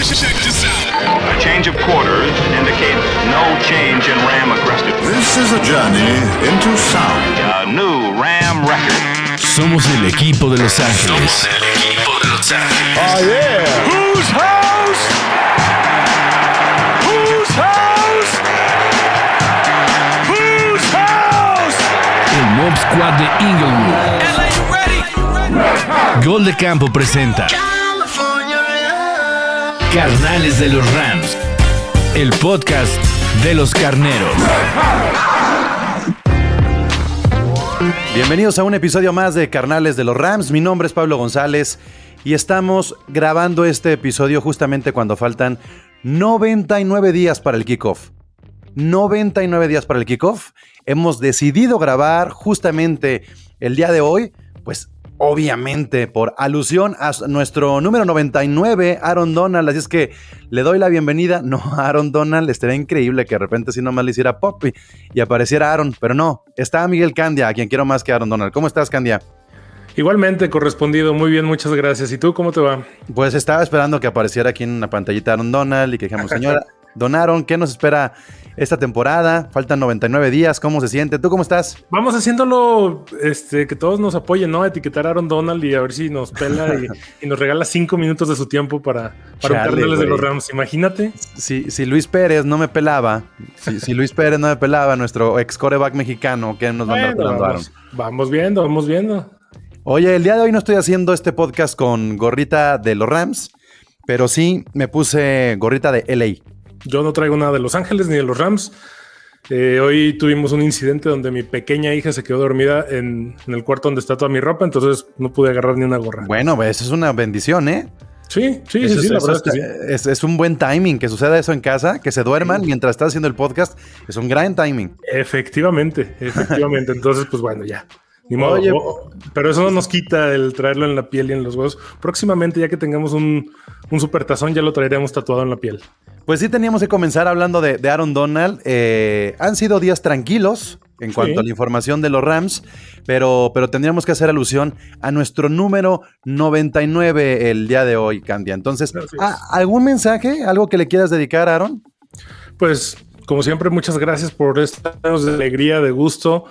Check this out. A change of quarters indicates no change in Ram aggressiveness. This is a journey into sound. A new Ram record. Somos el equipo de Los Ángeles. Oh yeah. Whose house? Whose house? Whose house? El Mob Squad de Inglewood. Gol de Campo presenta Carnales de los Rams, el podcast de los carneros. Bienvenidos a un episodio más de Carnales de los Rams. Mi nombre es Pablo González y estamos grabando este episodio justamente cuando faltan 99 días para el kickoff. 99 días para el kickoff. Hemos decidido grabar justamente el día de hoy, pues obviamente por alusión a nuestro número 99, Aaron Donald. Así es que le doy la bienvenida. No, Aaron Donald, estaría increíble que de repente si nomás le hiciera pop y apareciera Aaron. Pero no, está Miguel Candia, a quien quiero más que Aaron Donald. ¿Cómo estás, Candia? Igualmente, correspondido. Muy bien, muchas gracias. ¿Y tú cómo te va? Pues estaba esperando que apareciera aquí en la pantallita Aaron Donald y que dijéramos, señora Don Aaron, ¿qué nos espera esta temporada? Faltan 99 días, ¿cómo se siente? ¿Tú cómo estás? Vamos haciéndolo, que todos nos apoyen, ¿no? Etiquetar a Aaron Donald y a ver si nos pela y nos regala 5 minutos de su tiempo para un Carnales de los Rams. Imagínate. Si Luis Pérez no me pelaba, si Luis Pérez no me pelaba, nuestro ex quarterback mexicano, ¿qué nos va a andar pelando, Aaron? Vamos viendo. Oye, el día de hoy no estoy haciendo este podcast con gorrita de los Rams, pero sí me puse gorrita de LA. Yo no traigo nada de Los Ángeles ni de los Rams. Hoy tuvimos un incidente donde mi pequeña hija se quedó dormida en el cuarto donde está toda mi ropa, entonces no pude agarrar ni una gorra. Bueno, eso es una bendición, ¿eh? Sí, la verdad es que sí. Es un buen timing que suceda eso en casa, que se duerman mientras estás haciendo el podcast. Es un gran timing. Efectivamente. Entonces, pues bueno, ya. Ni modo. Oye, pero eso no nos quita el traerlo en la piel y en los huesos. Próximamente, ya que tengamos un supertazón, ya lo traeremos tatuado en la piel. Pues sí, teníamos que comenzar hablando de Aaron Donald. Han sido días tranquilos en cuanto a la información de los Rams, pero tendríamos que hacer alusión a nuestro número 99 el día de hoy, Candia. Entonces, ¿algún mensaje? ¿Algo que le quieras dedicar, Aaron? Pues, como siempre, muchas gracias por estos años de alegría, de gusto,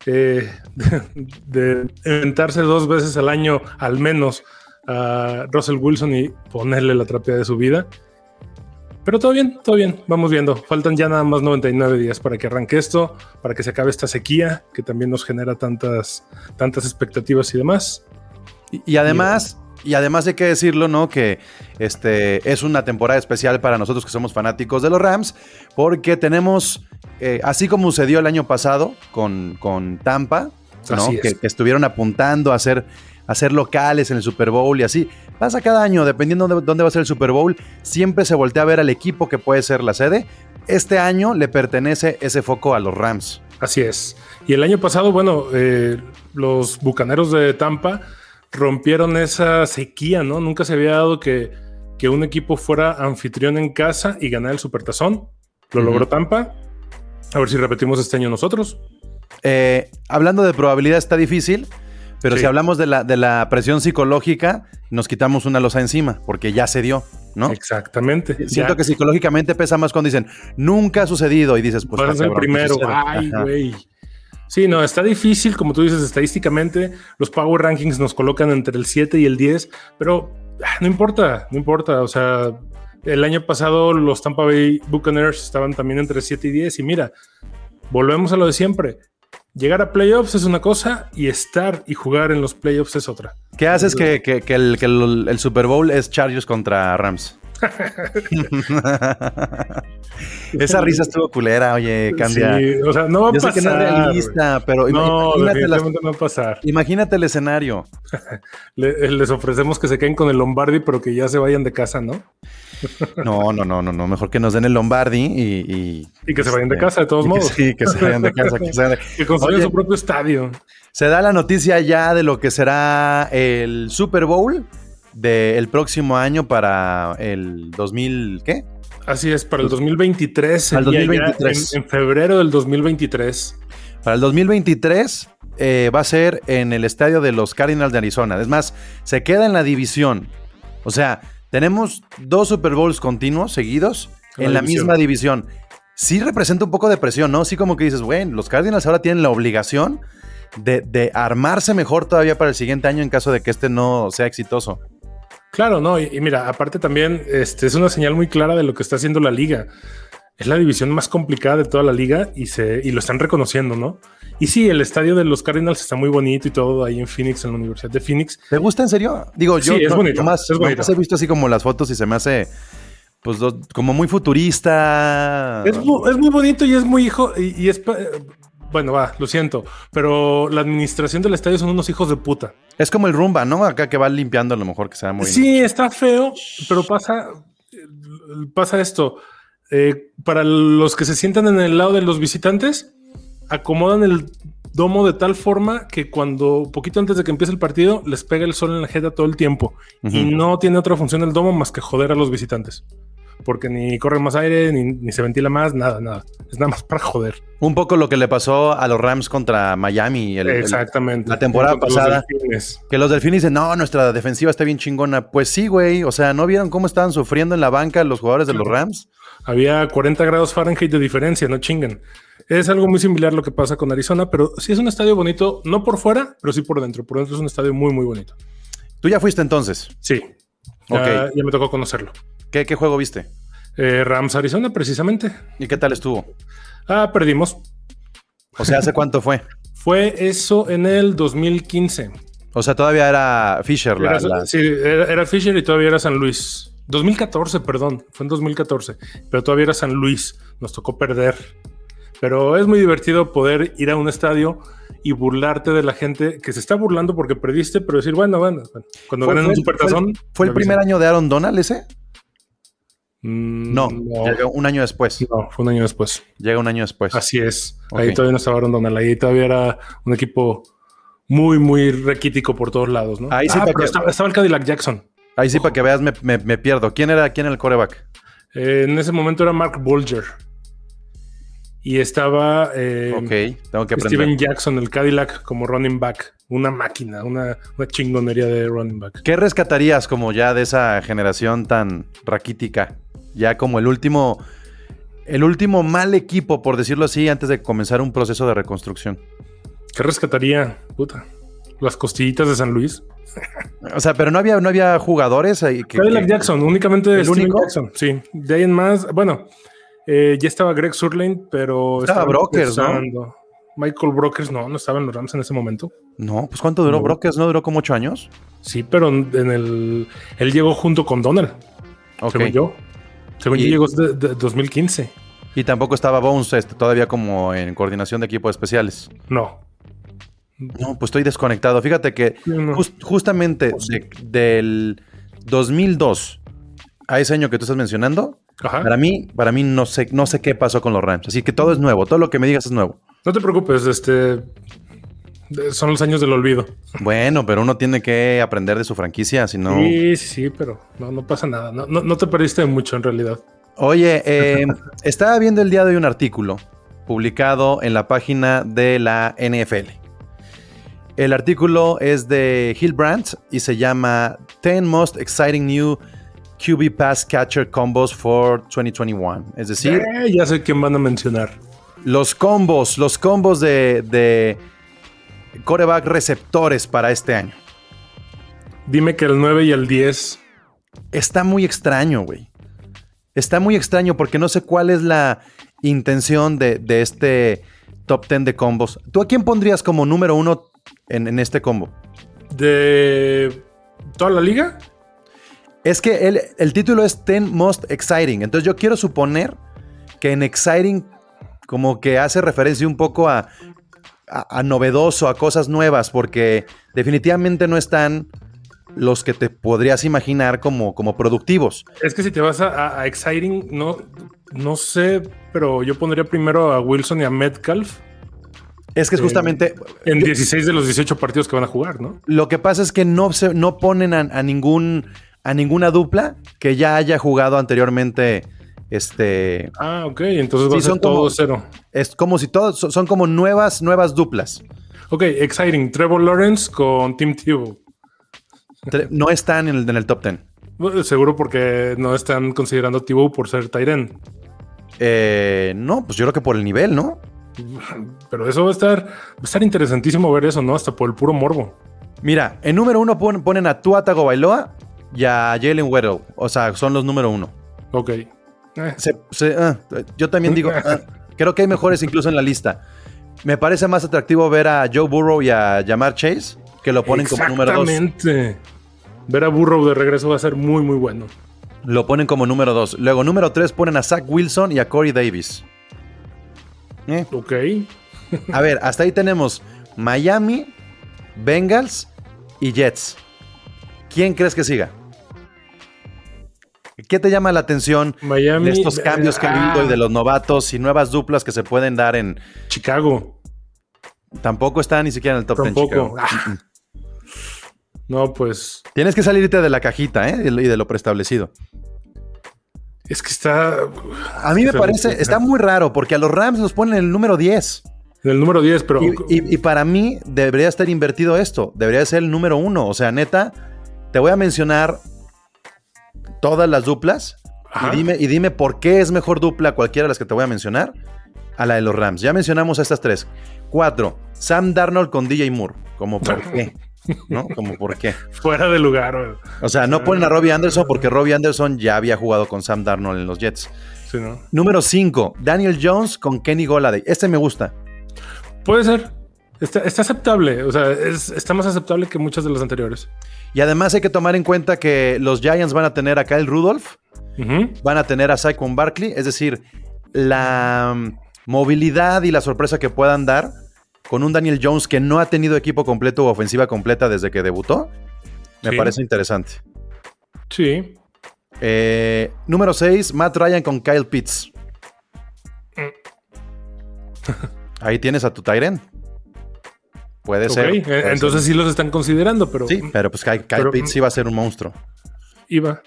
de inventarse 2 veces al año, al menos, a Russell Wilson y ponerle la trapeada de su vida. Pero todo bien, vamos viendo. Faltan ya nada más 99 días para que arranque esto, para que se acabe esta sequía que también nos genera tantas expectativas y demás. Y además hay que decirlo, ¿no? Que es una temporada especial para nosotros que somos fanáticos de los Rams, porque tenemos, así como sucedió el año pasado con Tampa, ¿no? Que estuvieron apuntando a ser locales en el Super Bowl y así. Pasa cada año, dependiendo de dónde va a ser el Super Bowl, siempre se voltea a ver al equipo que puede ser la sede. Este año le pertenece ese foco a los Rams. Así es. Y el año pasado, bueno, los Bucaneros de Tampa rompieron esa sequía, ¿no? Nunca se había dado que un equipo fuera anfitrión en casa y ganara el Supertazón. Lo logró Tampa. A ver si repetimos este año nosotros. Hablando de probabilidad, está difícil. Pero si hablamos de la presión psicológica, nos quitamos una losa encima, porque ya se dio, ¿no? Exactamente. Siento que psicológicamente pesa más cuando dicen, nunca ha sucedido, y dices, pues... Vas a ser el primero. Ay, güey. Sí, no, está difícil, como tú dices, estadísticamente, los Power Rankings nos colocan entre el 7 y el 10, pero no importa, o sea, el año pasado los Tampa Bay Buccaneers estaban también entre el 7 y 10, y mira, volvemos a lo de siempre. Llegar a playoffs es una cosa y estar y jugar en los playoffs es otra. ¿Qué haces que el Super Bowl es Chargers contra Rams? Esa risa estuvo culera, oye, Candia. Sí, o sea, no va a pasar. Yo sé que no es realista, pero no, definitivamente no va a pasar. Imagínate el escenario. Les ofrecemos que se queden con el Lombardi, pero que ya se vayan de casa, ¿no? No. Mejor que nos den el Lombardi y que se vayan de casa, de todos modos. Sí, que se vayan de casa. Que construyan su propio estadio. Se da la noticia ya de lo que será el Super Bowl del próximo año para el 2000, ¿qué? Así es, para el 2023. Al 2023. En febrero del 2023. Para el 2023 va a ser en el estadio de los Cardinals de Arizona. Es más, se queda en la división. O sea, Tenemos 2 Super Bowls continuos, seguidos, en la misma división. Sí representa un poco de presión, ¿no? Sí, como que dices, bueno, los Cardinals ahora tienen la obligación de armarse mejor todavía para el siguiente año en caso de que este no sea exitoso. Claro, no, y mira, aparte también es una señal muy clara de lo que está haciendo la liga. Es la división más complicada de toda la liga y lo están reconociendo, ¿no? Y sí, el estadio de los Cardinals está muy bonito y todo ahí en Phoenix, en la Universidad de Phoenix. ¿Te gusta en serio? Digo, yo sí, es bonito, nomás he visto así como las fotos y se me hace pues como muy futurista. Es muy bonito y es muy hijo y es... Bueno, lo siento, pero la administración del estadio son unos hijos de puta. Es como el Rumba, ¿no? Acá que va limpiando a lo mejor que sea muy... Sí, está feo, pero pasa esto. Para los que se sientan en el lado de los visitantes, acomodan el domo de tal forma que poquito antes de que empiece el partido, les pega el sol en la jeta todo el tiempo. Uh-huh. Y no tiene otra función el domo más que joder a los visitantes. Porque ni corre más aire, ni se ventila más, nada. Es nada más para joder. Un poco lo que le pasó a los Rams contra Miami. Exactamente. La temporada pasada. Que los Delfines dicen, no, nuestra defensiva está bien chingona. Pues sí, güey. O sea, ¿no vieron cómo estaban sufriendo en la banca los jugadores de los Rams? Había 40 grados Fahrenheit de diferencia, no chinguen. Es algo muy similar a lo que pasa con Arizona, pero sí es un estadio bonito, no por fuera, pero sí por dentro. Por dentro es un estadio muy, muy bonito. ¿Tú ya fuiste entonces? Sí. Ya me tocó conocerlo. ¿Qué juego viste? Rams Arizona, precisamente. ¿Y qué tal estuvo? Perdimos. O sea, ¿hace cuánto fue? Fue eso en el 2015. O sea, todavía era Fisher. Sí, era Fisher y todavía era San Luis. 2014, perdón. Fue en 2014. Pero todavía era San Luis. Nos tocó perder. Pero es muy divertido poder ir a un estadio y burlarte de la gente que se está burlando porque perdiste, pero decir, bueno, cuando ganen un supertazón. ¿Fue el primer año de Aaron Donald ese? No, llegó un año después. No, fue un año después. Llega un año después. Así es. Okay. Ahí todavía no estaba Aaron Donald. Ahí todavía era un equipo muy, muy raquítico por todos lados, ¿no? Ahí sí estaba el Cadillac Jackson. Ahí sí, para que veas, me pierdo. ¿Quién era el quarterback? En ese momento era Mark Bulger. Y estaba tengo que aprender. Steven Jackson, el Cadillac, como running back. Una máquina, una chingonería de running back. ¿Qué rescatarías como ya de esa generación tan raquítica? Ya como el último mal equipo, por decirlo así, antes de comenzar un proceso de reconstrucción. ¿Qué rescataría? Puta. Las costillitas de San Luis. O sea, pero no había jugadores ahí Cadillac Jackson, únicamente Steven Jackson. Sí, de ahí en más, bueno, ya estaba Greg Surlane, pero estaba Brokers, ¿no? Michael Brokers no estaba en los Rams en ese momento. No, pues ¿cuánto duró Brokers? ¿No duró como 8 años? Sí, pero él llegó junto con Donald. Okay. Según yo llegó de 2015. Y tampoco estaba Bones todavía como en coordinación de equipos especiales. No, pues estoy desconectado. Fíjate que justamente del 2002 a ese año que tú estás mencionando, ajá, para mí no sé qué pasó con los Rams. Así que todo es nuevo. Todo lo que me digas es nuevo. No te preocupes, son los años del olvido. Bueno, pero uno tiene que aprender de su franquicia, si no... Sí, pero no pasa nada. No te perdiste mucho en realidad. Oye, estaba viendo el día de hoy un artículo publicado en la página de la NFL. El artículo es de Hillbrand y se llama 10 Most Exciting New QB Pass Catcher Combos for 2021. Es decir... ya sé quién van a mencionar. Los combos de quarterback receptores para este año. Dime que el 9 y el 10. Está muy extraño, güey. Está muy extraño porque no sé cuál es la intención de este top 10 de combos. ¿Tú a quién pondrías como número 1 en este combo? ¿De toda la liga? Es que el título es 10 Most Exciting. Entonces yo quiero suponer que en Exciting como que hace referencia un poco a novedoso, a cosas nuevas, porque definitivamente no están los que te podrías imaginar como productivos. Es que si te vas a Exciting, no sé, pero yo pondría primero a Wilson y a Metcalf. Es que es justamente... En 16 de los 18 partidos que van a jugar, ¿no? Lo que pasa es que no ponen a ninguna dupla que ya haya jugado anteriormente... ok, entonces va a ser todo cero. Es como si todos son como nuevas duplas. Ok, Exciting. Trevor Lawrence con Tim Tebow. No están en el top 10. Seguro porque no están considerando a Tebow por ser tight end. No, pues yo creo que por el nivel, ¿no? Pero eso va a estar interesantísimo ver eso, ¿no? Hasta por el puro morbo. Mira, en número 1 ponen a Tua Tagovailoa y a Jalen Waddle. O sea, son los número 1. Ok. Yo también digo, creo que hay mejores incluso en la lista. Me parece más atractivo ver a Joe Burrow y a Ja'Marr Chase, que lo ponen como número 2. Exactamente. Ver a Burrow de regreso va a ser muy, muy bueno. Lo ponen como número 2. Luego, número 3 ponen a Zach Wilson y a Corey Davis. Ok. A ver, hasta ahí tenemos Miami, Bengals y Jets. ¿Quién crees que siga? ¿Qué te llama la atención Miami, de estos cambios que ha habido y de los novatos y nuevas duplas que se pueden dar en Chicago? Tampoco está ni siquiera en el top 10 Chicago. No, pues... Tienes que salirte de la cajita, y de lo preestablecido. Es que está... A mí me parece, está muy raro, porque a los Rams los ponen en el número 10. En el número 10, pero... Y para mí debería estar invertido esto. Debería ser el número 1. O sea, neta, te voy a mencionar todas las duplas y dime por qué es mejor dupla cualquiera de las que te voy a mencionar a la de los Rams. Ya mencionamos a estas 3. 4. Sam Darnold con DJ Moore. ¿Cómo por qué? ¿No? ¿Cómo por qué? Fuera de lugar. O sea, no ponen a Robbie Anderson porque Robbie Anderson ya había jugado con Sam Darnold en los Jets. Sí, ¿no? Número 5. Daniel Jones con Kenny Golladay. Este me gusta. Puede ser. Está aceptable. O sea, está más aceptable que muchas de las anteriores. Y además hay que tomar en cuenta que los Giants van a tener a Kyle Rudolph, van a tener a Saquon Barkley, es decir, la movilidad y la sorpresa que puedan dar con un Daniel Jones que no ha tenido equipo completo o ofensiva completa desde que debutó, me parece interesante. Sí. Número 6, Matt Ryan con Kyle Pitts. Ahí tienes a tu tight end. Puede ser. Entonces sí los están considerando, pero... Sí, pero pues Kyle Pitts iba a ser un monstruo. Iba.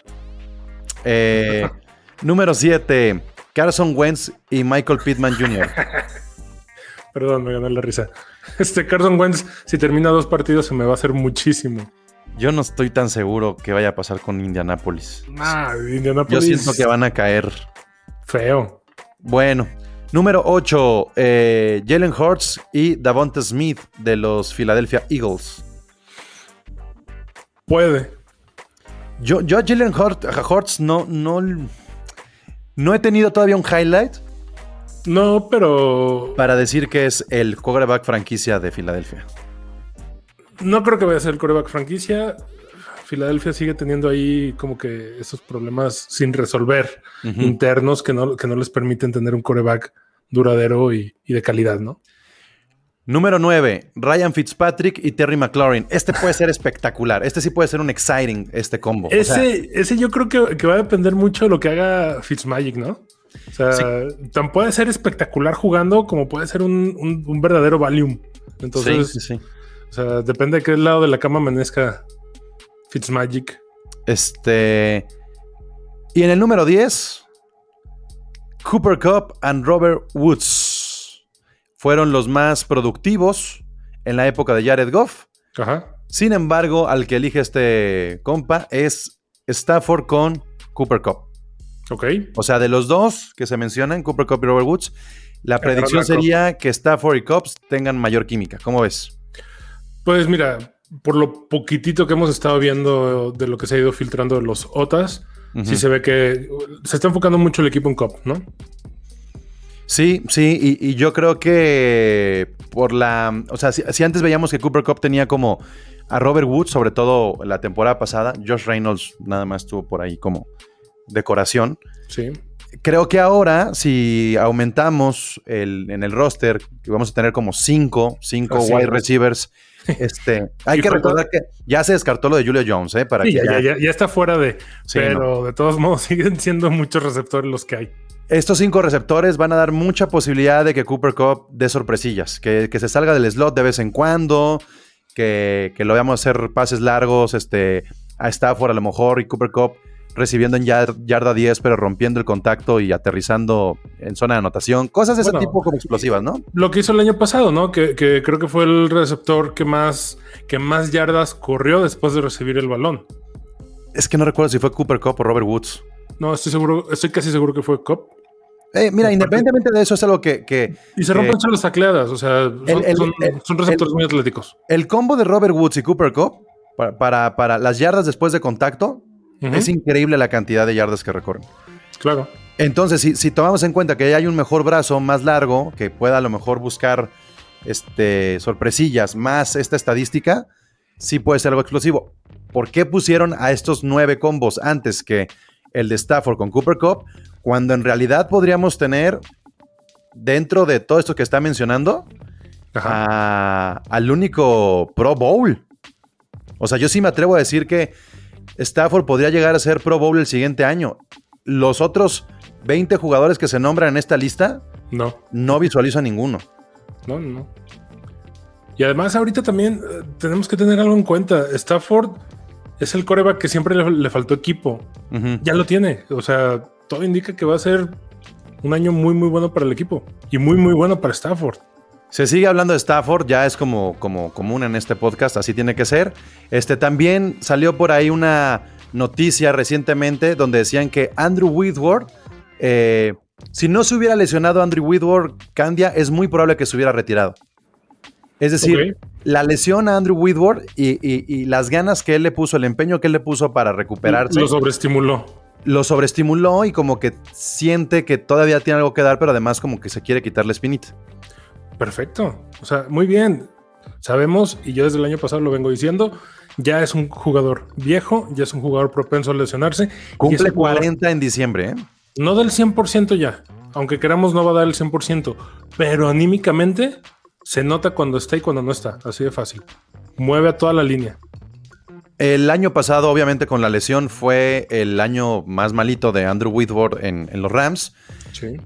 Número 7, Carson Wentz y Michael Pittman Jr. Perdón, me ganó la risa. Carson Wentz, si termina 2 partidos, se me va a hacer muchísimo. Yo no estoy tan seguro que vaya a pasar con Indianapolis. Indianapolis. Yo siento que van a caer. Feo. Bueno. Número 8, Jalen Hurts y Davonta Smith de los Philadelphia Eagles. Puede. Yo Jalen Hurts no he tenido todavía un highlight. No, pero... Para decir que es el quarterback franquicia de Filadelfia. No creo que vaya a ser el quarterback franquicia. Filadelfia sigue teniendo ahí como que esos problemas sin resolver internos que no les permiten tener un quarterback duradero y de calidad, ¿no? Número 9, Ryan Fitzpatrick y Terry McLaurin. Este puede ser espectacular. Este sí puede ser un exciting, combo. Ese yo creo que va a depender mucho de lo que haga Fitzmagic, ¿no? O sea, tan puede ser espectacular jugando como puede ser un verdadero Valium. Entonces, sí. O sea, depende de qué lado de la cama amanezca Fitzmagic. Y en el número 10, Cooper Kupp and Robert Woods fueron los más productivos en la época de Jared Goff. Ajá. Sin embargo, al que elige este compa es Stafford con Cooper Kupp. Ok. O sea, de los dos que se mencionan, Cooper Kupp y Robert Woods, la predicción sería que Stafford y Kupp tengan mayor química. ¿Cómo ves? Pues mira, por lo poquitito que hemos estado viendo de lo que se ha ido filtrando de los OTAs, sí se ve que se está enfocando mucho el equipo en Kupp, ¿no? Sí, y yo creo que o sea, si antes veíamos que Cooper Kupp tenía como a Robert Woods, sobre todo la temporada pasada, Josh Reynolds nada más estuvo por ahí como decoración. Sí. Creo que ahora, si aumentamos en el roster, que vamos a tener como 5 wide receivers, hay que recordar que ya se descartó lo de Julio Jones, para sí, que ya está fuera de... Sí, pero no. De todos modos siguen siendo muchos receptores los que hay. Estos 5 receptores van a dar mucha posibilidad de que Cooper Kupp dé sorpresillas, que se salga del slot de vez en cuando, que lo veamos hacer pases largos a Stafford a lo mejor, y Cooper Kupp recibiendo en yarda 10, pero rompiendo el contacto y aterrizando en zona de anotación. Cosas de ese tipo como explosivas, ¿no? Lo que hizo el año pasado, ¿no? Que creo que fue el receptor que más yardas corrió después de recibir el balón. Es que no recuerdo si fue Cooper Kupp o Robert Woods. No, estoy casi seguro que fue Kupp. Mira, independientemente de eso, es algo que y se rompen las tacleadas, o sea, son receptores muy atléticos. El combo de Robert Woods y Cooper Kupp para las yardas después de contacto, es increíble la cantidad de yardas que recorren. Claro. Entonces, si tomamos en cuenta que hay un mejor brazo más largo, que pueda a lo mejor buscar sorpresillas, más esta estadística, sí puede ser algo explosivo. ¿Por qué pusieron a estos 9 combos antes que el de Stafford con Cooper Kupp, cuando en realidad podríamos tener, dentro de todo esto que está mencionando, al único Pro Bowl? O sea, yo sí me atrevo a decir que Stafford podría llegar a ser Pro Bowl el siguiente año. Los otros 20 jugadores que se nombran en esta lista, no visualizo a ninguno. No. Y además ahorita también tenemos que tener algo en cuenta. Stafford es el quarterback que siempre le faltó equipo. Ya lo tiene. O sea, todo indica que va a ser un año muy, muy bueno para el equipo. Y muy, muy bueno para Stafford. Se sigue hablando de Stafford, ya es como común en este podcast, así tiene que ser. También salió por ahí una noticia recientemente donde decían que Andrew Whitworth, si no se hubiera lesionado Andrew Whitworth, Candia, es muy probable que se hubiera retirado. Es decir, la lesión a Andrew Whitworth y las ganas que él le puso, el empeño que él le puso para recuperarse. Lo sobreestimuló y como que siente que todavía tiene algo que dar, pero además como que se quiere quitar la espinita. Perfecto. O sea, muy bien. Sabemos, y yo desde el año pasado lo vengo diciendo, ya es un jugador viejo, ya es un jugador propenso a lesionarse. Cumple 40 en diciembre, ¿eh? No del 100% ya. Aunque queramos, no va a dar el 100%. Pero anímicamente se nota cuando está y cuando no está. Así de fácil. Mueve a toda la línea. El año pasado, obviamente, con la lesión, fue el año más malito de Andrew Whitworth en los Rams. Sí.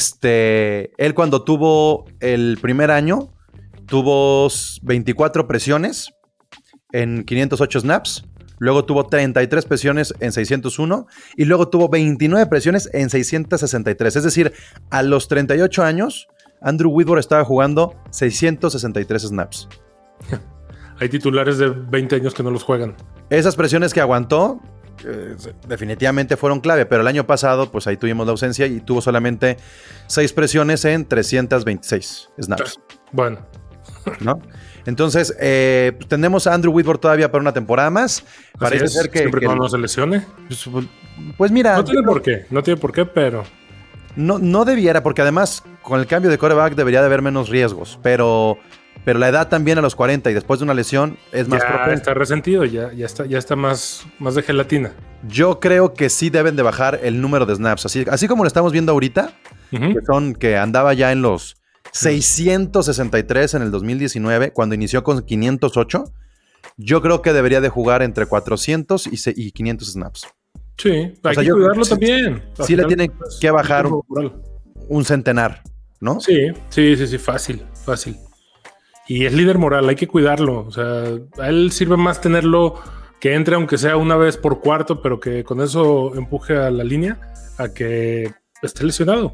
Él cuando tuvo el primer año, tuvo 24 presiones en 508 snaps. Luego tuvo 33 presiones en 601 y luego tuvo 29 presiones en 663. Es decir, a los 38 años, Andrew Whitworth estaba jugando 663 snaps. Hay titulares de 20 años que no los juegan. Esas presiones que aguantó definitivamente fueron clave, pero el año pasado pues ahí tuvimos la ausencia y tuvo solamente 6 presiones en 326 snaps. Bueno. ¿No? Entonces, tenemos a Andrew Whitworth todavía para una temporada más. Parece ser que... Siempre cuando no se lesione. Pues mira... No tiene por qué, pero... No debiera, porque además con el cambio de quarterback debería de haber menos riesgos, pero la edad también a los 40 y después de una lesión es más propensa. Está resentido, ya está más de gelatina. Yo creo que sí deben de bajar el número de snaps, así como lo estamos viendo ahorita, que andaba ya en los 663 en el 2019, cuando inició con 508. Yo creo que debería de jugar entre 400 y 500 snaps. Sí, hay que cuidarlo también. Sí le tienen que bajar un centenar, ¿no? Sí, fácil. Y es líder moral, hay que cuidarlo. O sea, a él sirve más tenerlo que entre, aunque sea una vez por cuarto, pero que con eso empuje a la línea a que esté lesionado.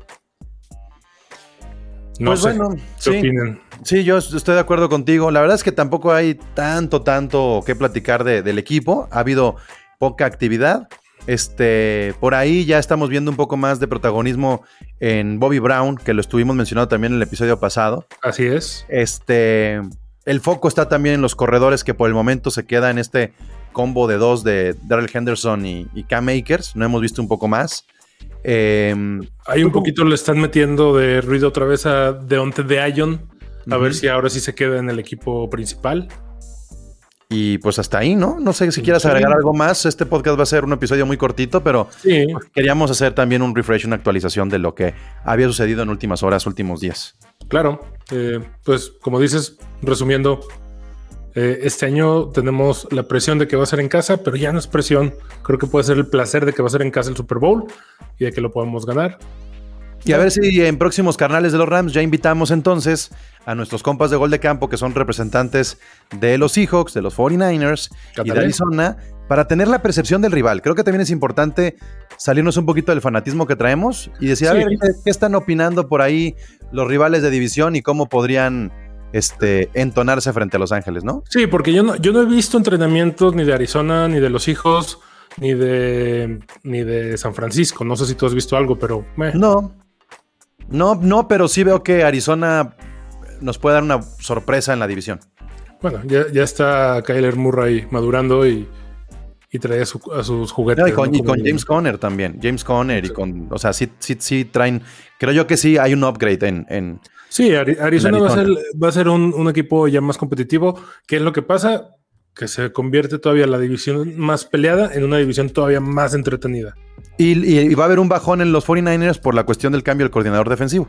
No sé, bueno, ¿qué opinan? Sí, yo estoy de acuerdo contigo. La verdad es que tampoco hay tanto que platicar del equipo. Ha habido poca actividad. Por ahí ya estamos viendo un poco más de protagonismo en Bobby Brown, que lo estuvimos mencionando también en el episodio pasado. Así es. El foco está también en los corredores, que por el momento se queda en este combo de 2 de Darrell Henderson y Cam Akers. No hemos visto un poco más. Ahí un poquito le están metiendo de ruido otra vez a Deontay DeAyon, a ver si ahora sí se queda en el equipo principal. Y pues hasta ahí, ¿no? No sé si quieras agregar algo más. Este podcast va a ser un episodio muy cortito, pero queríamos hacer también un refresh, una actualización de lo que había sucedido en últimas horas, últimos días. Claro. Pues como dices, resumiendo, este año tenemos la presión de que va a ser en casa, pero ya no es presión. Creo que puede ser el placer de que va a ser en casa el Super Bowl y de que lo podemos ganar. Y a ver si en próximos carnales de los Rams ya invitamos entonces a nuestros compas de Gol de Campo, que son representantes de los Seahawks, de los 49ers y de Arizona, para tener la percepción del rival. Creo que también es importante salirnos un poquito del fanatismo que traemos y decir, a ver, ¿qué están opinando por ahí los rivales de división y cómo podrían entonarse frente a Los Ángeles, ¿no? Sí, porque yo no he visto entrenamientos ni de Arizona ni de los Seahawks ni de San Francisco. No sé si tú has visto algo, pero... No, pero sí veo que Arizona nos puede dar una sorpresa en la división. Bueno, ya está Kyler Murray madurando y trae a sus juguetes. No, y con James Conner también. James Conner sí. O sea, sí traen... Creo yo que sí hay un upgrade en sí, Arizona va a ser un equipo ya más competitivo. ¿Qué es lo que pasa? Que se convierte todavía la división más peleada en una división todavía más entretenida. Y va a haber un bajón en los 49ers por la cuestión del cambio del coordinador defensivo.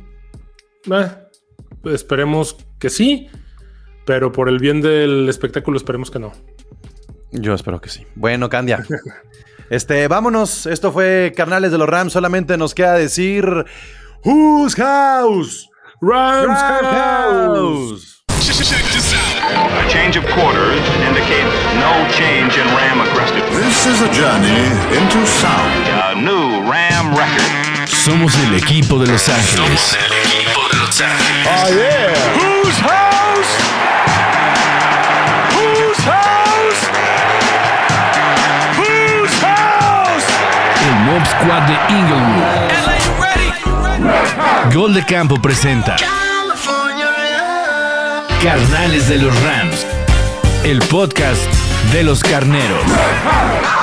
Esperemos que sí, pero por el bien del espectáculo esperemos que no. Yo espero que sí. Bueno, Candia. Vámonos. Esto fue Carnales de los Rams. Solamente nos queda decir Whose House? Rams House. A change of quarters indicates no change in Ram aggressiveness. This is a journey into sound. A new Ram record. Somos el equipo de Los Ángeles. Oh, yeah. Whose house? Whose house? Whose house? El Mob Squad de Inglewood. Gol de Campo presenta Carnales de los Rams, el podcast de los carneros.